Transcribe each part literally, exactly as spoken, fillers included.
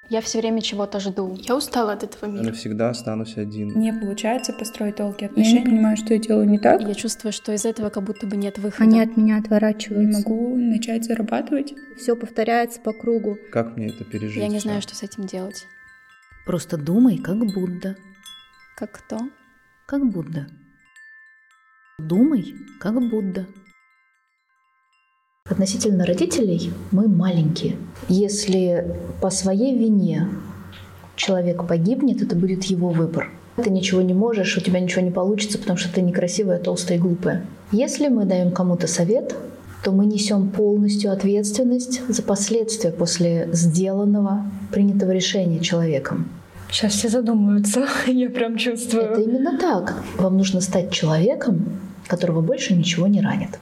Я все время чего-то жду. Я устала от этого мира. Я навсегда останусь один. Не получается построить долгие отношения. Я не понимаю, что я делаю не так. Я чувствую, что из этого как будто бы нет выхода. Они от меня отворачиваются. Не могу начать зарабатывать. Все повторяется по кругу. Как мне это пережить? Я не всё? знаю, что с этим делать. Просто думай, как Будда. Как кто? Как Будда. Думай, как Будда. Относительно родителей мы маленькие. Если по своей вине человек погибнет, это будет его выбор. Ты ничего не можешь, у тебя ничего не получится, потому что ты некрасивая, толстая и глупая. Если мы даем кому-то совет, то мы несем полностью ответственность за последствия после сделанного, принятого решения человеком. Сейчас все задумаются, я прям чувствую. Это именно так. Вам нужно стать человеком, которого больше ничего не ранит.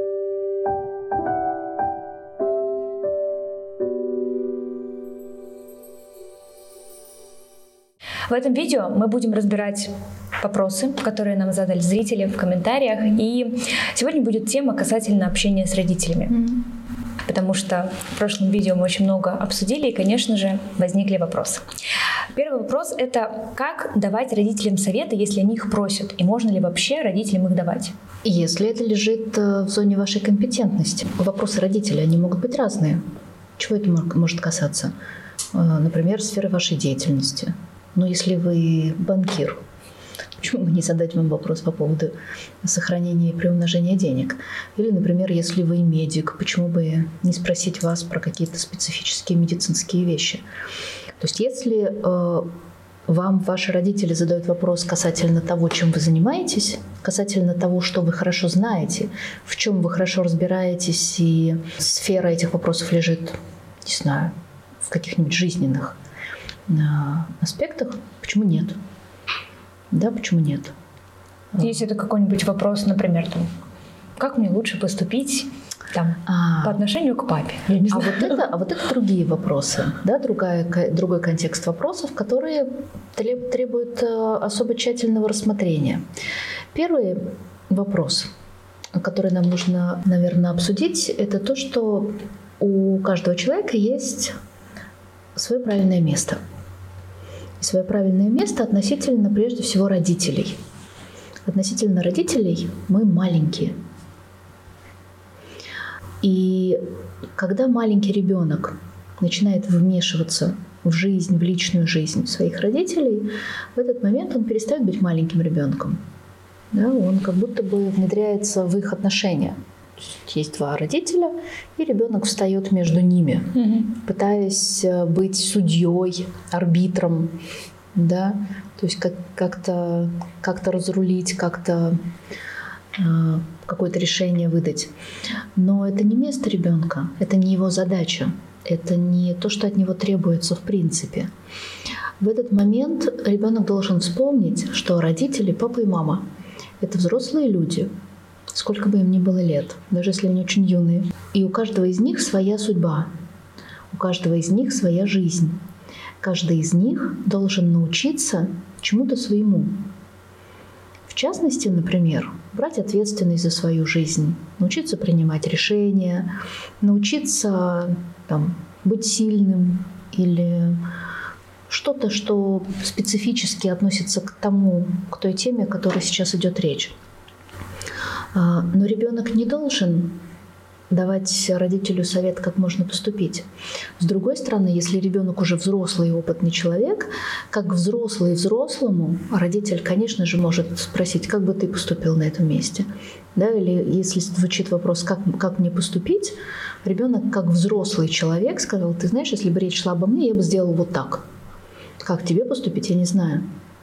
В этом видео мы будем разбирать вопросы, которые нам задали зрители в комментариях. И сегодня будет тема касательно общения с родителями. Mm-hmm. Потому что в прошлом видео мы очень много обсудили, и, конечно же, возникли вопросы. Первый вопрос — это как давать родителям советы, если они их просят? И можно ли вообще родителям их давать? Если это лежит в зоне вашей компетентности. Вопросы родителей, они могут быть разные. Чего это может касаться? Например, сферы вашей деятельности. Но если вы банкир, почему бы не задать вам вопрос по поводу сохранения и приумножения денег? Или, например, если вы медик, почему бы не спросить вас про какие-то специфические медицинские вещи? То есть если э, вам ваши родители задают вопрос касательно того, чем вы занимаетесь, касательно того, что вы хорошо знаете, в чем вы хорошо разбираетесь, и сфера этих вопросов лежит, не знаю, в каких-нибудь жизненных аспектах, почему нет? Да, почему нет? Если это какой-нибудь вопрос, например, там, как мне лучше поступить там, а, по отношению к папе? Я не а, знаю. вот это, а вот это другие вопросы, да, другая, другой контекст вопросов, которые требуют особо тщательного рассмотрения. Первый вопрос, который нам нужно, наверное, обсудить, это то, что у каждого человека есть свое правильное место. И свое правильное место относительно, прежде всего, родителей. Относительно родителей мы маленькие. И когда маленький ребенок начинает вмешиваться в жизнь, в личную жизнь своих родителей, в этот момент он перестает быть маленьким ребенком. Да, он как будто бы внедряется в их отношения. Есть два родителя, и ребенок встает между ними, угу. пытаясь быть судьей, арбитром, да, то есть как- как-то, как-то разрулить, как-то э, какое-то решение выдать. Но это не место ребенка, это не его задача, это не то, что от него требуется в принципе. В этот момент ребенок должен вспомнить, что родители, папа и мама, это взрослые люди. Сколько бы им ни было лет, даже если они очень юные. И у каждого из них своя судьба, у каждого из них своя жизнь. Каждый из них должен научиться чему-то своему. В частности, например, брать ответственность за свою жизнь, научиться принимать решения, научиться там, быть сильным или что-то, что специфически относится к тому, к той теме, о которой сейчас идет речь. Но ребенок не должен давать родителю совет, как можно поступить. С другой стороны, если ребенок уже взрослый и опытный человек, как взрослый взрослому, родитель, конечно же, может спросить, как бы ты поступил на этом месте. Да? Или если звучит вопрос, как, как мне поступить, ребенок, как взрослый человек, сказал, ты знаешь, если бы речь шла обо мне, я бы сделал вот так. Как тебе поступить, я не знаю.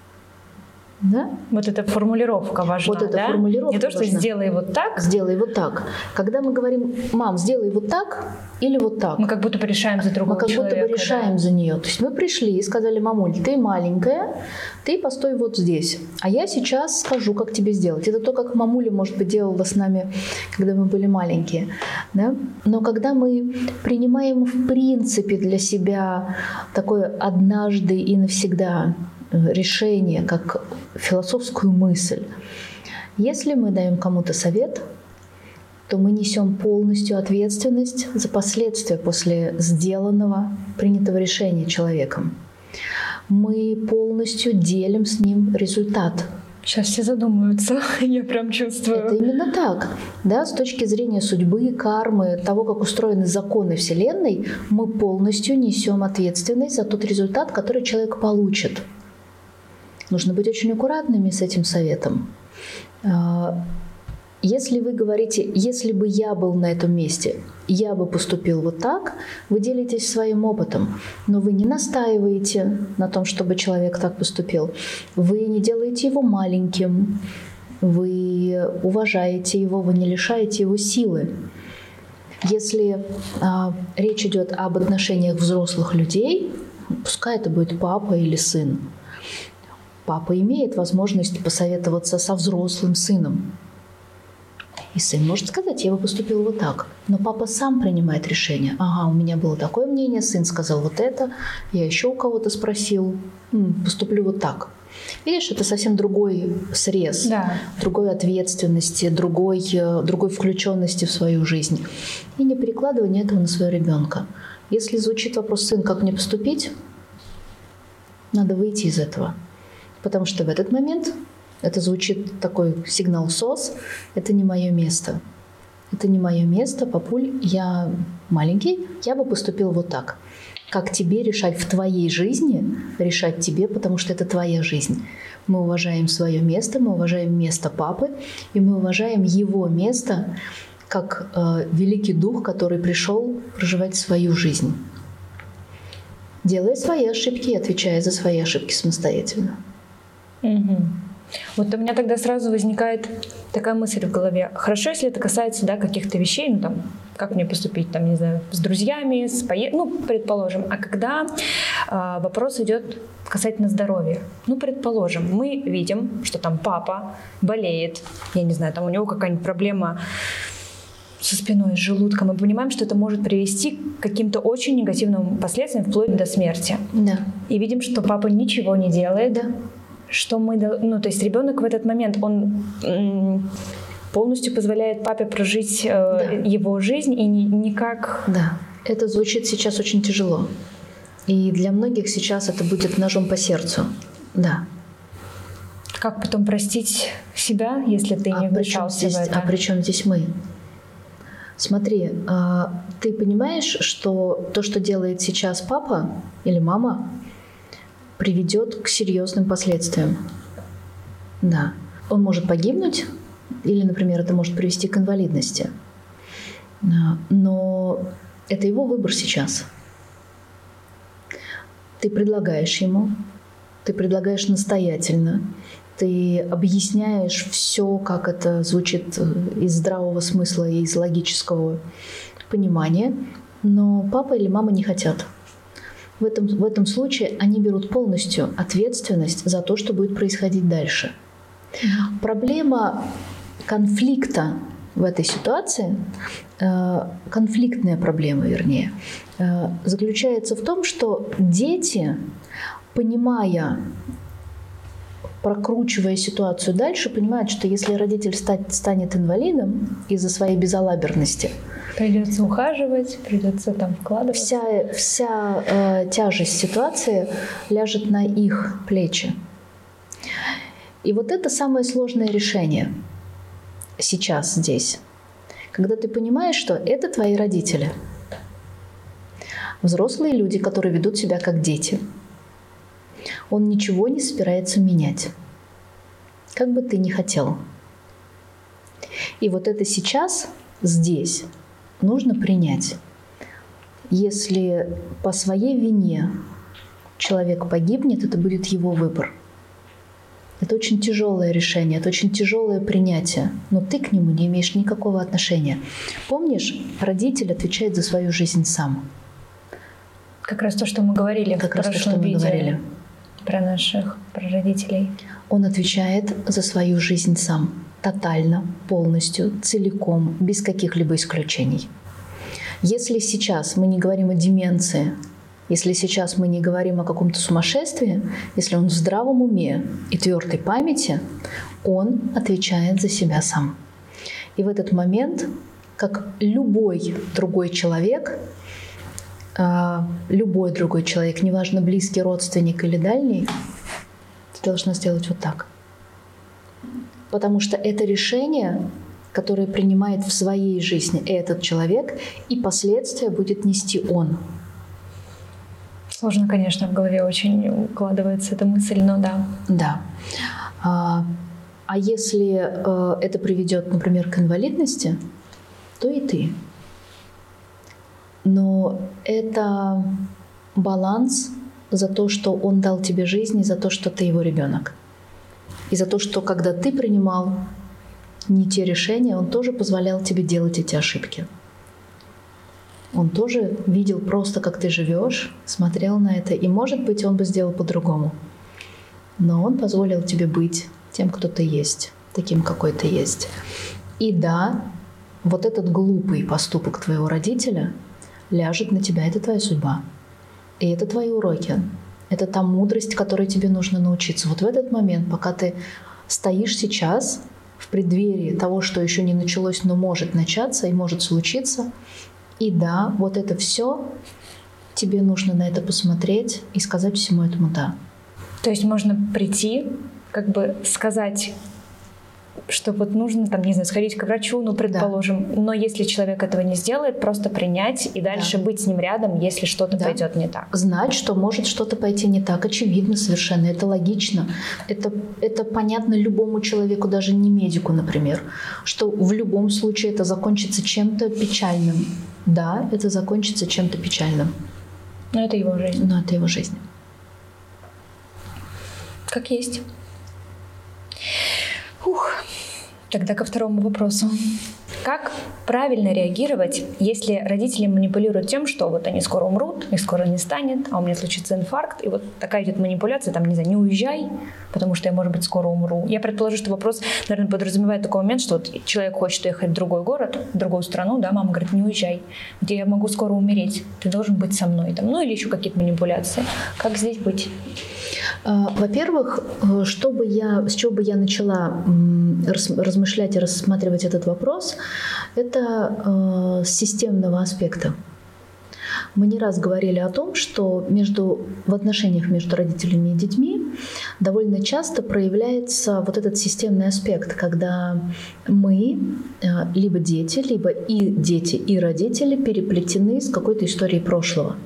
Да? Вот эта формулировка важна, вот эта да? формулировка Не то, что важна. сделай вот так. Сделай вот так. Когда мы говорим, мам, сделай вот так или вот так. Мы как будто бы решаем за другого Мы как человека. будто бы решаем да? за нее. То есть мы пришли и сказали, мамуль, ты маленькая, ты постой вот здесь. А я сейчас скажу, как тебе сделать. Это то, как мамуля, может быть, делала с нами, когда мы были маленькие. Да? Но когда мы принимаем в принципе для себя такое однажды и навсегда решение, как философскую мысль. Если мы даем кому-то совет, то мы несем полностью ответственность за последствия после сделанного, принятого решения человеком. Мы полностью делим с ним результат. Сейчас все задумаются, я прям чувствую. Это именно так. Да, с точки зрения судьбы, кармы, того, как устроены законы Вселенной, мы полностью несем ответственность за тот результат, который человек получит. Нужно быть очень аккуратными с этим советом. Если вы говорите, если бы я был на этом месте, я бы поступил вот так, вы делитесь своим опытом, но вы не настаиваете на том, чтобы человек так поступил. Вы не делаете его маленьким, вы уважаете его, вы не лишаете его силы. Если а, речь идет об отношениях взрослых людей, пускай это будет папа или сын, папа имеет возможность посоветоваться со взрослым сыном. И сын может сказать, я бы поступил вот так. Но папа сам принимает решение. Ага, у меня было такое мнение, сын сказал вот это, я еще у кого-то спросил, М, поступлю вот так. Видишь, это совсем другой срез, Да. другой ответственности, другой, другой включенности в свою жизнь. И не перекладывание этого на своего ребенка. Если звучит вопрос, сын, как мне поступить, надо выйти из этого. Потому что в этот момент это звучит такой сигнал СОС. Это не мое место. Это не мое место, папуль. Я маленький, я бы поступил вот так. Как тебе решать в твоей жизни, решать тебе, потому что это твоя жизнь. Мы уважаем свое место, мы уважаем место папы, и мы уважаем его место как э, великий дух, который пришел проживать свою жизнь. Делая свои ошибки и отвечая за свои ошибки самостоятельно. Угу. Вот у меня тогда сразу возникает такая мысль в голове. Хорошо, если это касается, да, каких-то вещей, ну там, как мне поступить, там, не знаю, с друзьями, с пое... ну, предположим. А когда э, вопрос идет касательно здоровья, ну, предположим, мы видим, что там папа болеет, я не знаю, там у него какая-нибудь проблема со спиной, с желудком, мы понимаем, что это может привести к каким-то очень негативным последствиям, вплоть до смерти. Да. И видим, что папа ничего не делает, Да. что мы, ну, то есть ребенок в этот момент, он м, полностью позволяет папе прожить э, Да. его жизнь и ни, никак... Да, это звучит сейчас очень тяжело. И для многих сейчас это будет ножом по сердцу. Да. Как потом простить себя, если ты А не при чем вмешался здесь, в это? а при чем здесь мы? Смотри, а, ты понимаешь, что то, что делает сейчас папа или мама, приведет к серьезным последствиям. Да. Он может погибнуть, или, например, это может привести к инвалидности. Да. Но это его выбор сейчас. Ты предлагаешь ему, ты предлагаешь настоятельно, ты объясняешь все, как это звучит из здравого смысла и из логического понимания, но папа или мама не хотят. В этом, в этом случае они берут полностью ответственность за то, что будет происходить дальше. Проблема конфликта в этой ситуации, конфликтная проблема, вернее, заключается в том, что дети, понимая, прокручивая ситуацию дальше, понимают, что если родитель станет инвалидом из-за своей безалаберности, Придется ухаживать, придется там вкладывать. Вся, вся э, тяжесть ситуации ляжет на их плечи. И вот это самое сложное решение сейчас здесь. Когда ты понимаешь, что это твои родители. Взрослые люди, которые ведут себя как дети. Он ничего не собирается менять. Как бы ты ни хотел. И вот это сейчас, здесь, нужно принять. Если по своей вине человек погибнет, это будет его выбор. Это очень тяжелое решение, это очень тяжелое принятие, но ты к нему не имеешь никакого отношения. Помнишь, родитель отвечает за свою жизнь сам. Как раз то, что мы говорили Как в раз то, прошлом что мы видео говорили. про наших, про родителей. Он отвечает за свою жизнь сам. Тотально, полностью, целиком, без каких-либо исключений. Если сейчас мы не говорим о деменции, если сейчас мы не говорим о каком-то сумасшествии, если он в здравом уме и твердой памяти, он отвечает за себя сам. И в этот момент как любой другой человек, любой другой человек, неважно, близкий родственник или дальний, ты должна сделать вот так. Потому что это решение, которое принимает в своей жизни этот человек, и последствия будет нести он. Сложно, конечно, в голове очень укладывается эта мысль, но да. Да. А, а если э, это приведет, например, к инвалидности, то и ты. Но это баланс за то, что он дал тебе жизнь, и за то, что ты его ребенок. И за то, что когда ты принимал не те решения, он тоже позволял тебе делать эти ошибки. Он тоже видел просто, как ты живешь, смотрел на это, и, может быть, он бы сделал по-другому. Но он позволил тебе быть тем, кто ты есть, таким, какой ты есть. И да, вот этот глупый поступок твоего родителя ляжет на тебя, это твоя судьба. И это твои уроки. Это та мудрость, которой тебе нужно научиться. Вот в этот момент, пока ты стоишь сейчас в преддверии того, что еще не началось, но может начаться и может случиться, и да, вот это все, тебе нужно на это посмотреть и сказать всему этому «да». То есть можно прийти, как бы сказать, что вот нужно, там, не знаю, сходить к врачу, ну, предположим, да. Но если человек этого не сделает, просто принять и дальше да. быть с ним рядом, если что-то да. пойдет не так. Знать, что может что-то пойти не так, очевидно совершенно, это логично, это, это понятно любому человеку, даже не медику, например, что в любом случае это закончится чем-то печальным. Да, это закончится чем-то печальным. Но это его жизнь. Но это его жизнь. Как есть. Ух. Тогда ко второму вопросу. Как правильно реагировать, если родители манипулируют тем, что вот они скоро умрут, их скоро не станет, а у меня случится инфаркт, и вот такая идет манипуляция, там, не знаю, не уезжай, потому что я, может быть, скоро умру. Я предположу, что вопрос, наверное, подразумевает такой момент, что вот человек хочет уехать в другой город, в другую страну, да, мама говорит, не уезжай, где я могу скоро умереть, ты должен быть со мной, там, ну или еще какие-то манипуляции. Как здесь быть? Во-первых, чтобы я, с чего бы я начала размышлять и рассматривать этот вопрос, это с системного аспекта. Мы не раз говорили о том, что между, в отношениях между родителями и детьми довольно часто проявляется вот этот системный аспект, когда мы, либо дети, либо и дети, и родители переплетены с какой-то историей прошлого.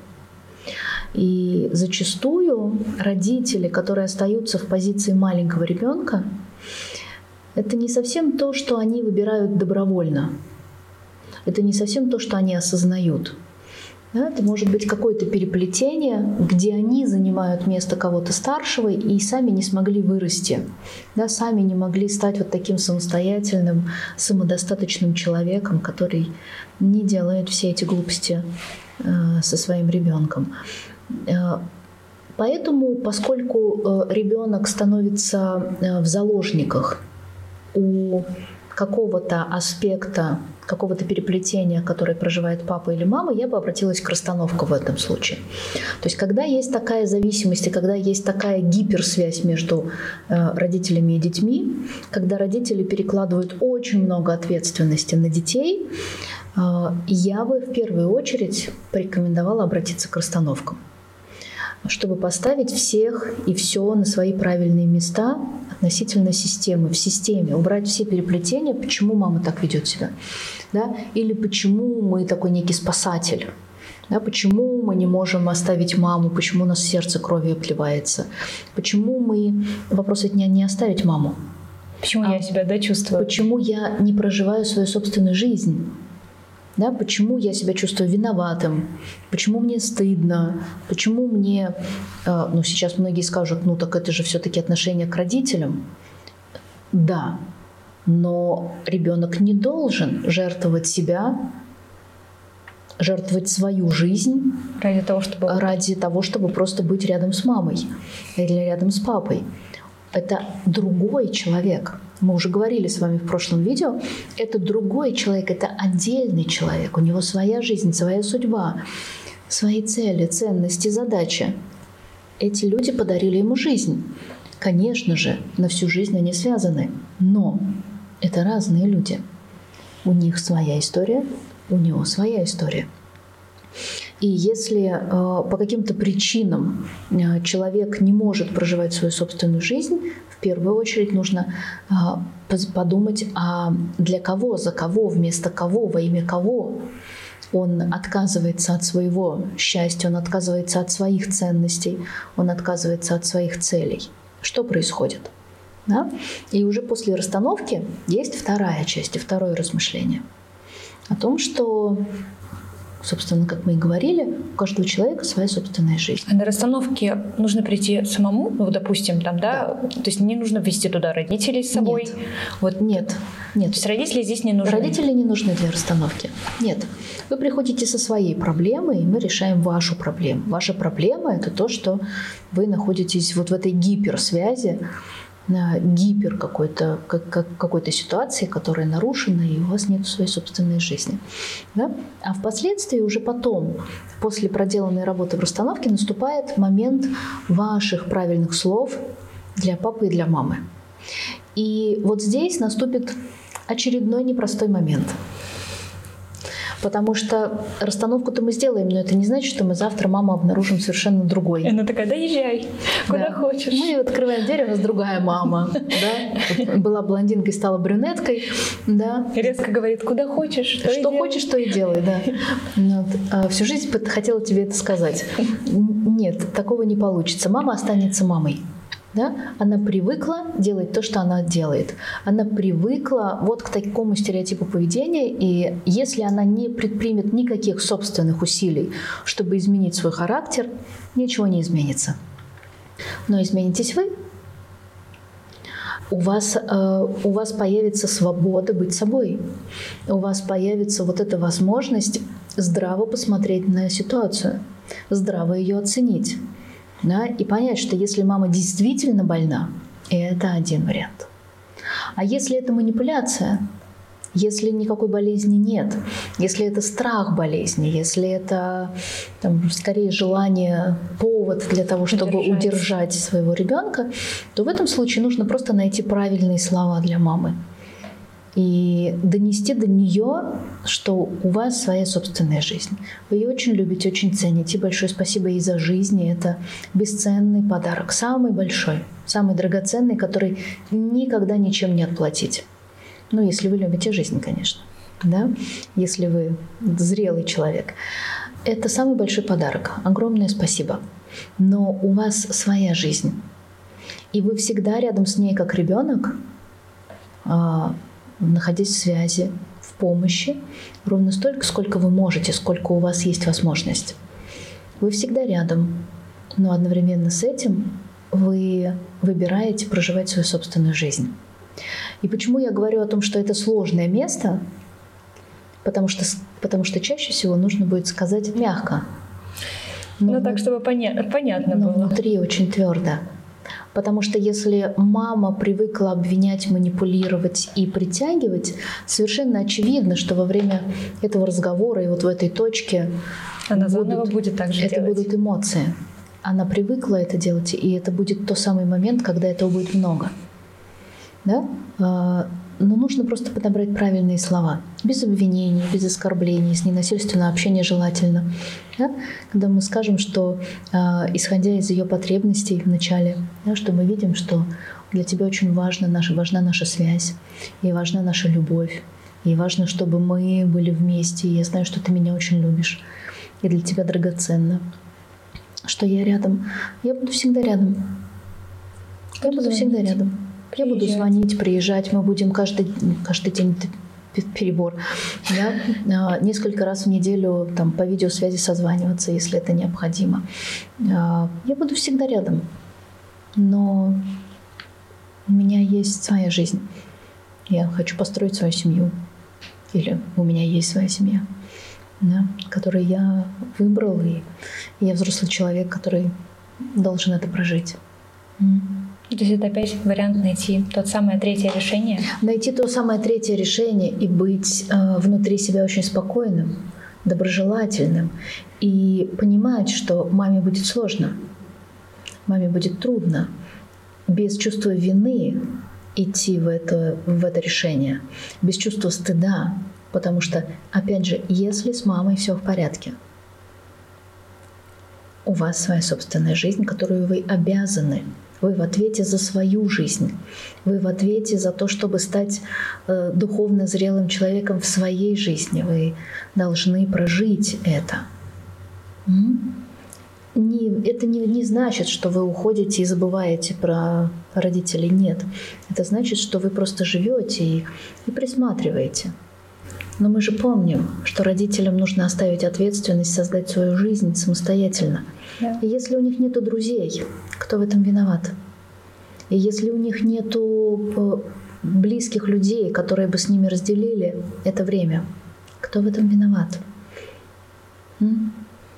И зачастую родители, которые остаются в позиции маленького ребенка, это не совсем то, что они выбирают добровольно. Это не совсем то, что они осознают. Да, это может быть какое-то переплетение, где они занимают место кого-то старшего и сами не смогли вырасти, да, сами не могли стать вот таким самостоятельным, самодостаточным человеком, который не делает все эти глупости э, со своим ребенком. Поэтому, поскольку ребенок становится в заложниках у какого-то аспекта, какого-то переплетения, которое проживает папа или мама, я бы обратилась к расстановке в этом случае. То есть когда есть такая зависимость, и когда есть такая гиперсвязь между родителями и детьми, когда родители перекладывают очень много ответственности на детей, я бы в первую очередь порекомендовала обратиться к расстановкам, чтобы поставить всех и все на свои правильные места относительно системы, в системе, убрать все переплетения, почему мама так ведет себя, да? Или почему мы такой некий спасатель, да? Почему мы не можем оставить маму, почему у нас сердце кровью обливается, почему мы, вопрос ведь не, не оставить маму. Почему а я себя да, чувствую? Почему я не проживаю свою собственную жизнь? Да, почему я себя чувствую виноватым, почему мне стыдно, почему мне, ну сейчас многие скажут, ну так это же все-таки отношение к родителям. Да, но ребенок не должен жертвовать себя, жертвовать свою жизнь ради того, чтобы, ради того, чтобы просто быть рядом с мамой или рядом с папой. Это другой человек. Мы уже говорили с вами в прошлом видео. Это другой человек, это отдельный человек. У него своя жизнь, своя судьба, свои цели, ценности, задачи. Эти люди подарили ему жизнь. Конечно же, на всю жизнь они связаны. Но это разные люди. У них своя история, у него своя история. И если э, по каким-то причинам э, человек не может проживать свою собственную жизнь, в первую очередь нужно э, подумать, а для кого, за кого, вместо кого, во имя кого он отказывается от своего счастья, он отказывается от своих ценностей, он отказывается от своих целей. Что происходит? Да? И уже после расстановки есть вторая часть и второе размышление о том, что, собственно, как мы и говорили, у каждого человека своя собственная жизнь. А на расстановке нужно прийти самому, ну, допустим, там, да? Да. То есть не нужно вести туда родителей с собой? Нет. Вот. Нет. Нет. То есть родители здесь не нужны? Родители не нужны для расстановки. Нет. Вы приходите со своей проблемой, и мы решаем вашу проблему. Ваша проблема – это то, что вы находитесь вот в этой гиперсвязи, гипер какой-то, как, как, какой-то ситуации, которая нарушена, и у вас нет своей собственной жизни. Да? А впоследствии, уже потом, после проделанной работы в расстановке, наступает момент ваших правильных слов для папы и для мамы. И вот здесь наступит очередной непростой момент. Потому что расстановку-то мы сделаем, но это не значит, что мы завтра маму обнаружим совершенно другой. И она такая: да езжай, куда да. хочешь. Мы открываем дверь, у нас другая мама. Да? Вот была блондинкой, стала брюнеткой. Да? И резко говорит: куда хочешь, что, что и хочешь, то и делай. Да. Вот. А всю жизнь хотела тебе это сказать. Нет, такого не получится. Мама останется мамой. Да? Она привыкла делать то, что она делает. Она привыкла вот к такому стереотипу поведения, и если она не предпримет никаких собственных усилий, чтобы изменить свой характер, ничего не изменится. Но изменитесь вы, у вас, э, у вас появится свобода быть собой, у вас появится вот эта возможность здраво посмотреть на ситуацию, здраво ее оценить. Да, и понять, что если мама действительно больна, это один вариант. А если это манипуляция, если никакой болезни нет, если это страх болезни, если это там, скорее желание, повод для того, чтобы удержать. удержать своего ребенка, то в этом случае нужно просто найти правильные слова для мамы и донести до нее, что у вас своя собственная жизнь. Вы ее очень любите, очень цените. Большое спасибо ей за жизнь. И это бесценный подарок, самый большой, самый драгоценный, который никогда ничем не отплатить. Ну, если вы любите жизнь, конечно. Да? Если вы зрелый человек. Это самый большой подарок. Огромное спасибо. Но у вас своя жизнь. И вы всегда рядом с ней, как ребенок, находясь в связи, в помощи, ровно столько, сколько вы можете, сколько у вас есть возможность. Вы всегда рядом, но одновременно с этим вы выбираете проживать свою собственную жизнь. И почему я говорю о том, что это сложное место? Потому что, потому что чаще всего нужно будет сказать мягко. Но ну, так, чтобы поня- понятно но было. Внутри очень твердо. Потому что если мама привыкла обвинять, манипулировать и притягивать, совершенно очевидно, что во время этого разговора и вот в этой точке она будут, заново будет так же это делать. будут эмоции. Она привыкла это делать, и это будет тот самый момент, когда этого будет много. Да? Но нужно просто подобрать правильные слова. Без обвинений, без оскорблений, с ненасильственного общения желательно. Да? Когда мы скажем, что, исходя из ее потребностей в начале, да, что мы видим, что для тебя очень важна наша, важна наша связь, и важна наша любовь, и важно, чтобы мы были вместе, и я знаю, что ты меня очень любишь, и для тебя драгоценно, что я рядом. Я буду всегда рядом. Я буду всегда рядом. Я буду звонить, приезжать, мы будем каждый, каждый день, перебор, да? Несколько раз в неделю там, по видеосвязи созваниваться, если это необходимо. Я буду всегда рядом, но у меня есть своя жизнь. Я хочу построить свою семью, или у меня есть своя семья, да? Которую я выбрал, и я взрослый человек, который должен это прожить. То есть это опять вариант найти то самое третье решение? Найти то самое третье решение и быть э, внутри себя очень спокойным, доброжелательным. И понимать, что маме будет сложно, маме будет трудно. Без чувства вины идти в это, в это решение, без чувства стыда, потому что, опять же, если с мамой все в порядке, у вас своя собственная жизнь, которую вы обязаны. Вы в ответе за свою жизнь. Вы в ответе за то, чтобы стать э, духовно зрелым человеком в своей жизни. Вы должны прожить это. М? Не, это не, не значит, что вы уходите и забываете про родителей. Нет. Это значит, что вы просто живете и, и присматриваете. Но мы же помним, что родителям нужно оставить ответственность, создать свою жизнь самостоятельно. Да. И если у них нет друзей, кто в этом виноват? И если у них нет близких людей, которые бы с ними разделили это время, кто в этом виноват? М?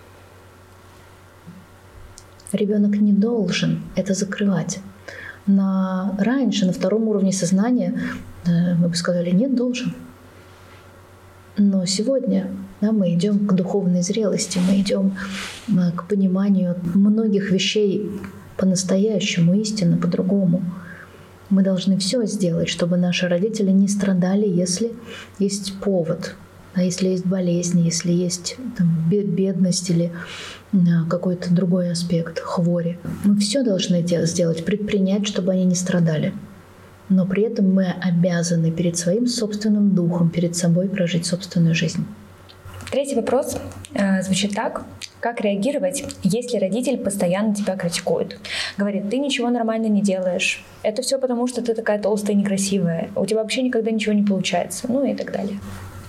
Ребенок не должен это закрывать. На, раньше, на втором уровне сознания, мы бы сказали, нет, должен. Но сегодня да, мы идем к духовной зрелости, мы идем к пониманию многих вещей по-настоящему, истинно, по-другому. Мы должны все сделать, чтобы наши родители не страдали, если есть повод, а если есть болезнь, если есть там, бедность или какой-то другой аспект, хвори. Мы все должны сделать, предпринять, чтобы они не страдали. Но при этом мы обязаны перед своим собственным духом, перед собой прожить собственную жизнь. Третий вопрос э, звучит так. Как реагировать, если родитель постоянно тебя критикует? Говорит, ты ничего нормально не делаешь. Это все потому, что ты такая толстая и некрасивая. У тебя вообще никогда ничего не получается. Ну и так далее.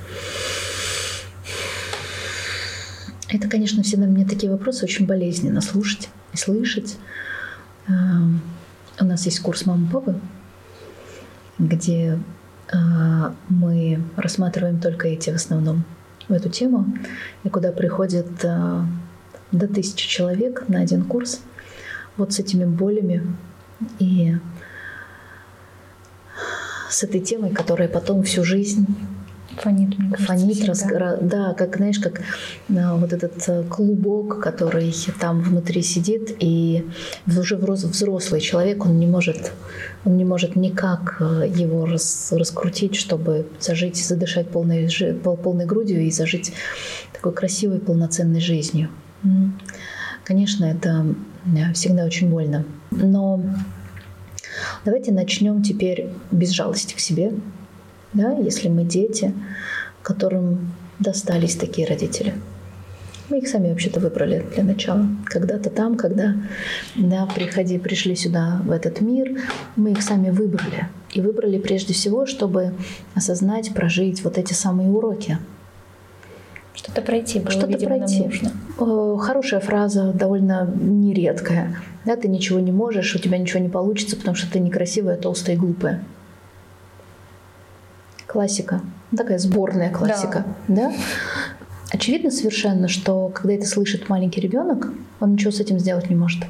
Это, конечно, всегда мне такие вопросы очень болезненно слушать и слышать. У нас есть курс «Мама, папа», где э, мы рассматриваем только эти в основном, эту тему, и куда приходит э, до тысячи человек на один курс вот с этими болями и с этой темой, которая потом всю жизнь фонит, мне кажется, фонит, раскра... да, как, знаешь, как а, вот этот клубок, который там внутри сидит, и уже взрослый человек, он не может, он не может никак его рас... раскрутить, чтобы зажить, задышать полной, полной грудью и зажить такой красивой, полноценной жизнью. Конечно, это всегда очень больно. Но давайте начнем теперь без жалости к себе. Да, если мы дети, которым достались такие родители. Мы их сами вообще-то выбрали для начала. Когда-то там, когда да, приходи, пришли сюда, в этот мир, мы их сами выбрали. И выбрали прежде всего, чтобы осознать, прожить вот эти самые уроки. Что-то пройти было, Что-то видимо, пройти. нам нужно. Хорошая фраза, довольно нередкая. Да, ты ничего не можешь, у тебя ничего не получится, потому что ты некрасивая, толстая и глупая. Классика. Такая сборная классика. Да. Да? Очевидно совершенно, что когда это слышит маленький ребенок, он ничего с этим сделать не может.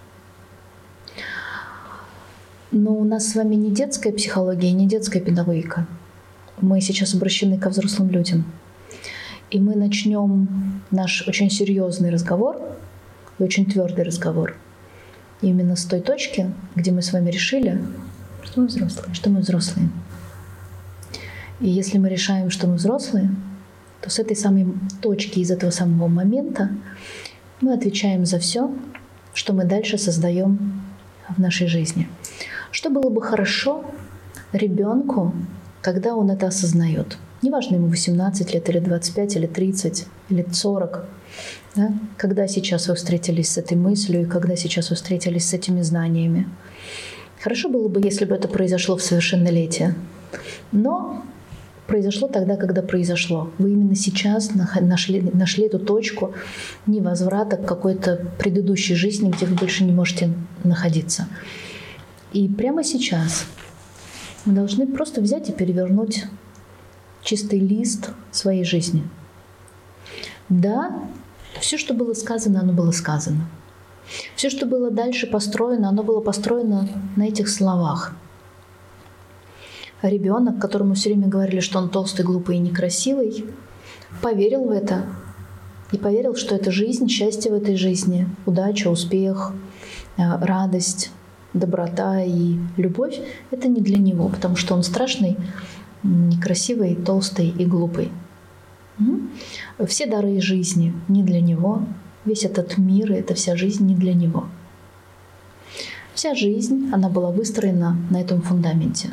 Но у нас с вами не детская психология, не детская педагогика. Мы сейчас обращены ко взрослым людям. И мы начнем наш очень серьезный разговор и очень твердый разговор именно с той точки, где мы с вами решили, что мы взрослые. Что мы взрослые. И если мы решаем, что мы взрослые, то с этой самой точки, из этого самого момента мы отвечаем за все, что мы дальше создаем в нашей жизни. Что было бы хорошо ребенку, когда он это осознает? Неважно, ему восемнадцать лет, или двадцать пять, или тридцать, или сорок. Да? Когда сейчас вы встретились с этой мыслью, и когда сейчас вы встретились с этими знаниями. Хорошо было бы, если бы это произошло в совершеннолетие. Но произошло тогда, когда произошло. Вы именно сейчас нашли, нашли эту точку невозврата к какой-то предыдущей жизни, где вы больше не можете находиться. И прямо сейчас мы должны просто взять и перевернуть чистый лист своей жизни. Да, все, что было сказано, оно было сказано. Все, что было дальше построено, оно было построено на этих словах. Ребенок, которому все время говорили, что он толстый, глупый и некрасивый, поверил в это и поверил, что это жизнь, счастье в этой жизни, удача, успех, радость. доброта и любовь — это не для него, потому что он страшный, некрасивый, толстый и глупый. Все дары жизни не для него, весь этот мир и эта вся жизнь не для него. Вся жизнь, она была выстроена на этом фундаменте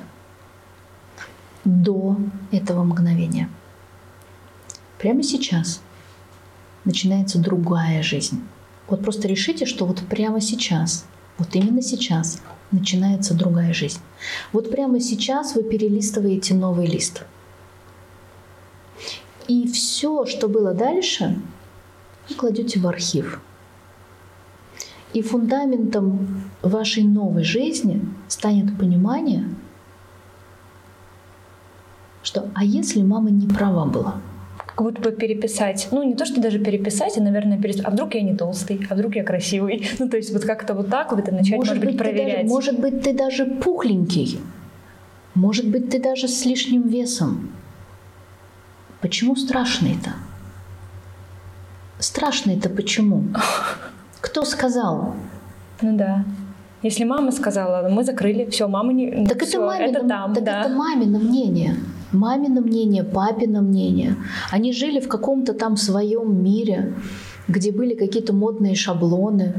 до этого мгновения. Прямо сейчас начинается другая жизнь. Вот просто решите, что вот прямо сейчас, вот именно сейчас начинается другая жизнь. Вот прямо сейчас вы перелистываете новый лист. И все, что было дальше, вы кладете в архив. И фундаментом вашей новой жизни станет понимание, что «а если мама не права была?» Как будто бы переписать. Ну, не то, что даже переписать, а, наверное, переписать. А вдруг я не толстый? А вдруг я красивый? Ну, то есть вот как-то вот так вот это начать, может, может быть, проверять. Даже, может быть, ты даже пухленький. Может быть, ты даже с лишним весом. Почему страшно это? Страшно это почему? Кто сказал? Ну да. Если мама сказала, мы закрыли, все, мама не... Так, всё, это, мамино, это, там, так да. это мамино мнение. Мамино мнение, папино мнение. Они жили в каком-то там своем мире, где были какие-то модные шаблоны.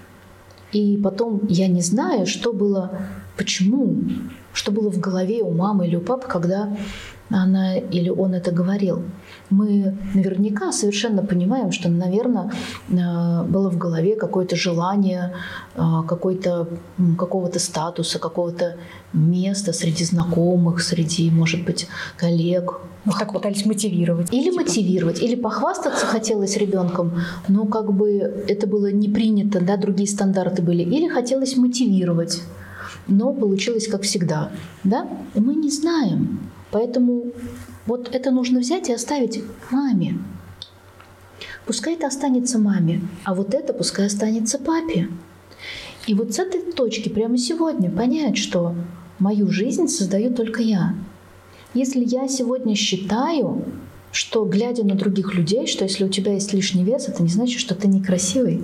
И потом я не знаю, что было, почему, что было в голове у мамы или у папы, когда она или он это говорил. Мы наверняка совершенно понимаем, что, наверное, было в голове какое-то желание какой-то, какого-то статуса, какого-то места среди знакомых, среди, может быть, коллег. Ну, так пытались мотивировать. Или типа. мотивировать, или похвастаться хотелось ребенком, но как бы это было не принято, да, другие стандарты были. Или хотелось мотивировать, но получилось как всегда. Да? Мы не знаем. Поэтому вот это нужно взять и оставить маме. Пускай это останется маме, а вот это пускай останется папе. И вот с этой точки прямо сегодня понять, что мою жизнь создаю только я. Если я сегодня считаю, что, глядя на других людей, что если у тебя есть лишний вес, это не значит, что ты некрасивый.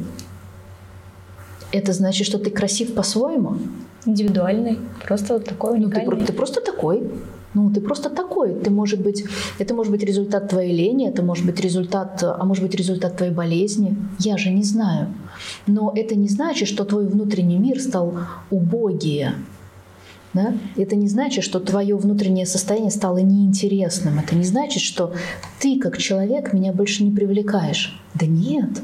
Это значит, что ты красив по-своему. Индивидуальный, просто вот такой уникальный. Ну, ты, ты просто такой. Ну, ты просто такой. Ты, может быть, это может быть результат твоей лени, это может быть результат, а может быть результат твоей болезни. Я же не знаю. Но это не значит, что твой внутренний мир стал убогие. Да? Это не значит, что твое внутреннее состояние стало неинтересным. Это не значит, что ты, как человек, меня больше не привлекаешь. Да нет.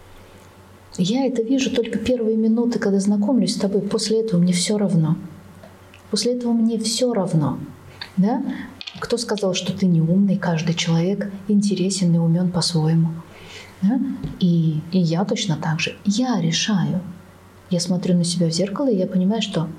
Я это вижу только первые минуты, когда знакомлюсь с тобой. После этого мне все равно. После этого мне все равно. Да? Кто сказал, что ты не умный? Каждый человек интересен и умен по-своему. Да? И, и я точно так же. Я решаю. Я смотрю на себя в зеркало, и я понимаю, что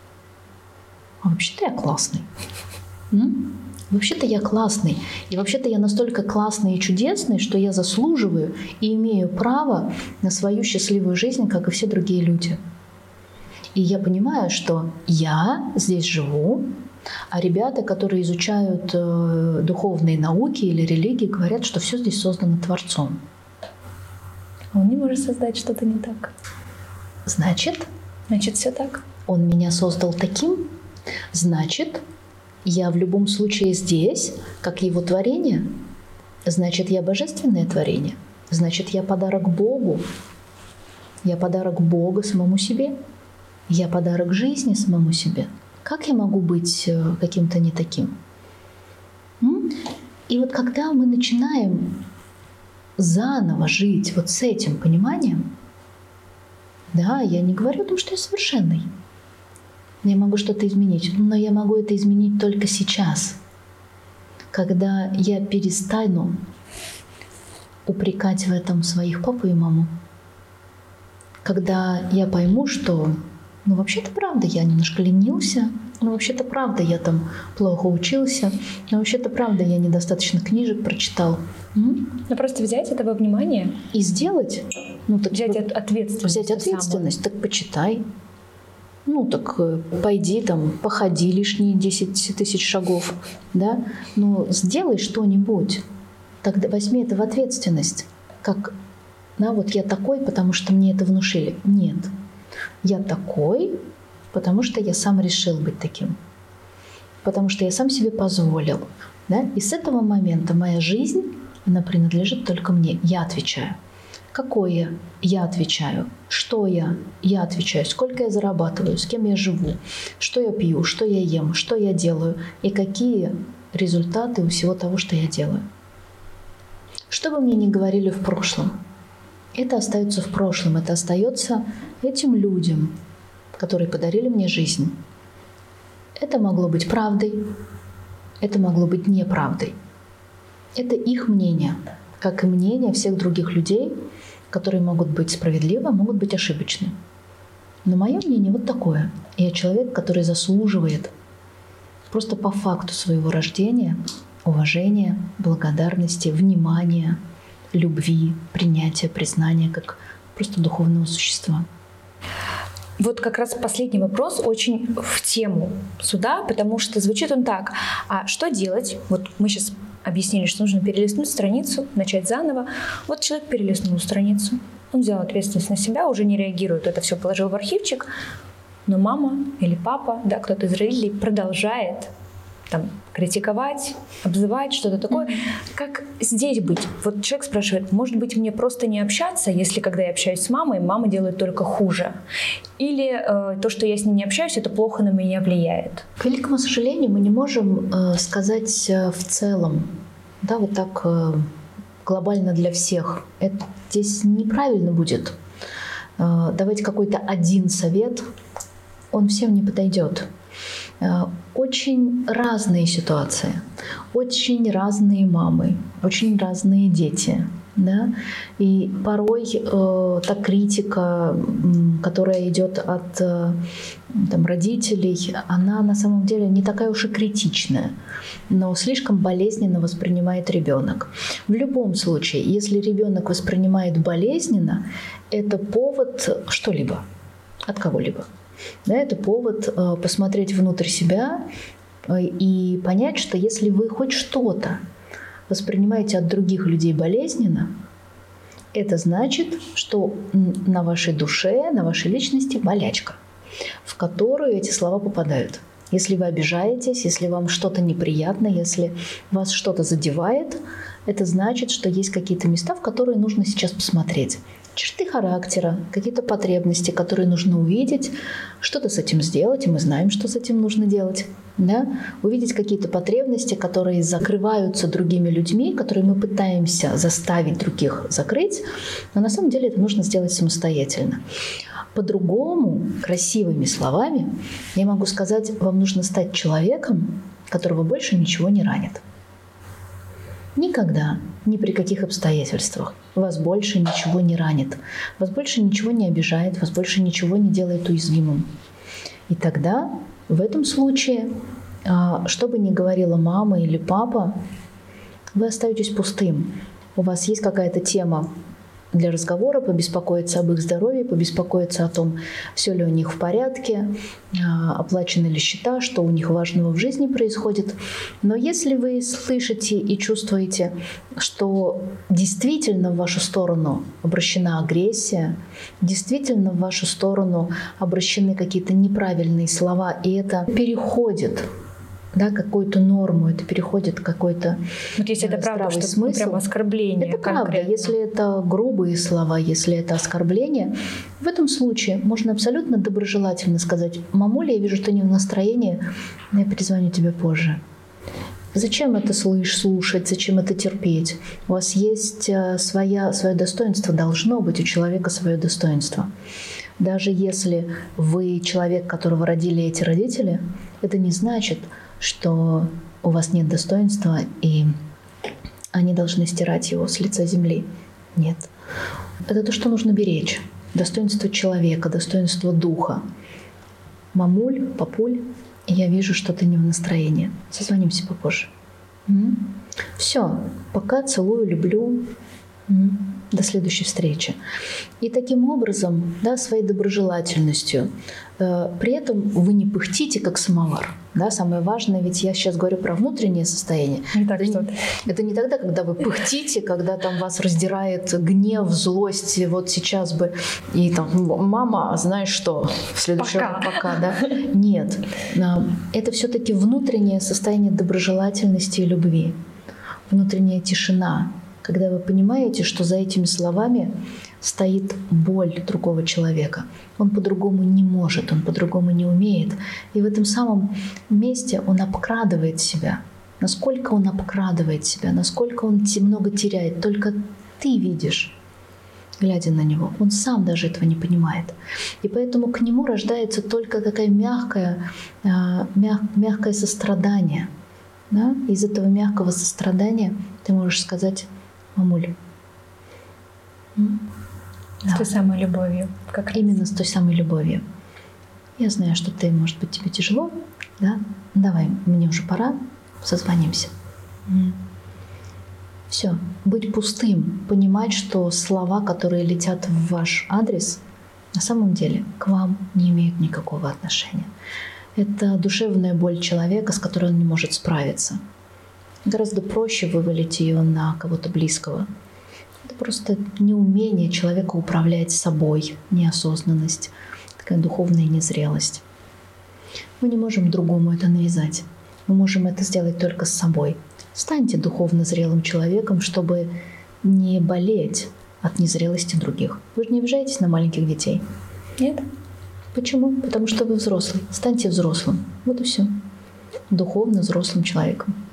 а вообще-то я классный. М? Вообще-то я классный. И вообще-то я настолько классный и чудесный, что я заслуживаю и имею право на свою счастливую жизнь, как и все другие люди. И я понимаю, что я здесь живу, а ребята, которые изучают э, духовные науки или религии, говорят, что все здесь создано Творцом. Он не может создать что-то не так. Значит, Значит, все так. Он меня создал таким, значит, я в любом случае здесь, как его творение. Значит, я божественное творение. Значит, я подарок Богу. Я подарок Бога самому себе. Я подарок жизни самому себе. Как я могу быть каким-то не таким? И вот когда мы начинаем заново жить вот с этим пониманием, да, я не говорю о том, что я совершенный. Я могу что-то изменить, но я могу это изменить только сейчас, когда я перестану упрекать в этом своих папу и маму. Когда я пойму, что ну вообще-то правда я немножко ленился, ну вообще-то правда я там плохо учился, ну вообще-то правда я недостаточно книжек прочитал. М? Ну просто взять это во внимание. И сделать. Ну, так взять ответственность. Взять ответственность, так почитай. Ну так пойди там, походи лишние десять тысяч шагов, да? Ну сделай что-нибудь. Тогда возьми это в ответственность. Как, да, вот я такой, потому что мне это внушили. Нет. Я такой, потому что я сам решил быть таким, потому что я сам себе позволил. Да? И с этого момента моя жизнь, она принадлежит только мне. Я отвечаю. Какое я отвечаю? Что я? Я отвечаю. Сколько я зарабатываю? С кем я живу? Что я пью? Что я ем? Что я делаю? И какие результаты у всего того, что я делаю? Что бы мне ни говорили в прошлом, это остается в прошлом. Это остается этим людям, которые подарили мне жизнь. Это могло быть правдой, это могло быть неправдой. Это их мнение, как и мнение всех других людей, которые могут быть справедливы, а могут быть ошибочны. Но мое мнение вот такое. Я человек, который заслуживает просто по факту своего рождения уважения, благодарности, внимания, любви, принятия, признания как просто духовного существа. Вот как раз последний вопрос очень в тему суда, потому что звучит он так. А что делать? Вот мы сейчас объяснили, что нужно перелистнуть страницу, начать заново. Вот человек перелистнул страницу, он взял ответственность на себя, уже не реагирует, это все положил в архивчик, но мама или папа, да, кто-то из родителей продолжает там критиковать, обзывать, что-то такое. Mm-hmm. Как здесь быть? Вот человек спрашивает, может быть, мне просто не общаться, если когда я общаюсь с мамой, мама делает только хуже? Или э, то, что я с ней не общаюсь, это плохо на меня влияет? К великому сожалению, мы не можем э, сказать э, в целом, да, вот так э, глобально для всех. Это здесь неправильно будет. Э, давать какой-то один совет, он всем не подойдет. Очень разные ситуации, очень разные мамы, очень разные дети. Да? И порой э, та критика, которая идет от э, там, родителей, она на самом деле не такая уж и критичная, но слишком болезненно воспринимает ребенок. В любом случае, если ребенок воспринимает болезненно, это повод что-либо от кого-либо. Да, это повод э, посмотреть внутрь себя э, и понять, что если вы хоть что-то воспринимаете от других людей болезненно, это значит, что на вашей душе, на вашей личности болячка, в которую эти слова попадают. Если вы обижаетесь, если вам что-то неприятно, если вас что-то задевает, это значит, что есть какие-то места, в которые нужно сейчас посмотреть. Черты характера, какие-то потребности, которые нужно увидеть, что-то с этим сделать, и мы знаем, что с этим нужно делать. Да? Увидеть какие-то потребности, которые закрываются другими людьми, которые мы пытаемся заставить других закрыть, но на самом деле это нужно сделать самостоятельно. По-другому, красивыми словами, я могу сказать, вам нужно стать человеком, которого больше ничего не ранит. Никогда, ни при каких обстоятельствах вас больше ничего не ранит, вас больше ничего не обижает, вас больше ничего не делает уязвимым. И тогда, в этом случае, что бы ни говорила мама или папа, вы остаетесь пустым. У вас есть какая-то тема для разговора, побеспокоиться об их здоровье, побеспокоиться о том, все ли у них в порядке, оплачены ли счета, что у них важного в жизни происходит. Но если вы слышите и чувствуете, что действительно в вашу сторону обращена агрессия, действительно в вашу сторону обращены какие-то неправильные слова, и это переходит, да, какую-то норму, это переходит какой-то вот если это правда, что смысл. Прям оскорбление. Это правда. Если это грубые слова, если это оскорбление, в этом случае можно абсолютно доброжелательно сказать: «Мамуля, я вижу, что ты не в настроении, но я перезвоню тебе позже». Зачем это слушать, зачем это терпеть? У вас есть своя, свое достоинство, должно быть у человека свое достоинство. Даже если вы человек, которого родили эти родители, это не значит, что у вас нет достоинства, и они должны стирать его с лица земли. Нет. Это то, что нужно беречь. Достоинство человека, достоинство духа. Мамуль, папуль, я вижу, что ты не в настроении. Созвонимся попозже. Все. Пока. Целую, люблю. До следующей встречи. И таким образом, да, своей доброжелательностью, э, при этом вы не пыхтите, как самовар. Да, самое важное, ведь я сейчас говорю про внутреннее состояние. Не так это, что не, это не тогда, когда вы пыхтите, когда там вас раздирает гнев, злость, вот сейчас бы, и там, мама, знаешь что, в следующий раз пока, да? Нет. Это все-таки внутреннее состояние доброжелательности и любви. Внутренняя тишина. Когда вы понимаете, что за этими словами стоит боль другого человека. Он по-другому не может, он по-другому не умеет. И в этом самом месте он обкрадывает себя. Насколько он обкрадывает себя, насколько он много теряет, только ты видишь, глядя на него. Он сам даже этого не понимает. И поэтому к нему рождается только такое мягкое, мяг, мягкое сострадание. Да? Из этого мягкого сострадания ты можешь сказать: мамуль. С да. той самой любовью. Как Именно с той самой любовью. Я знаю, что ты, может быть, тебе тяжело, да? Давай, мне уже пора, созвонимся. Mm. Все. Быть пустым, понимать, что слова, которые летят в ваш адрес, на самом деле к вам не имеют никакого отношения. Это душевная боль человека, с которой он не может справиться. Гораздо проще вывалить ее на кого-то близкого. Это просто неумение человека управлять собой, неосознанность, такая духовная незрелость. Мы не можем другому это навязать. Мы можем это сделать только с собой. Станьте духовно зрелым человеком, чтобы не болеть от незрелости других. Вы же не обижаетесь на маленьких детей? Нет. Почему? Потому что вы взрослый. Станьте взрослым. Вот и все. Духовно взрослым человеком.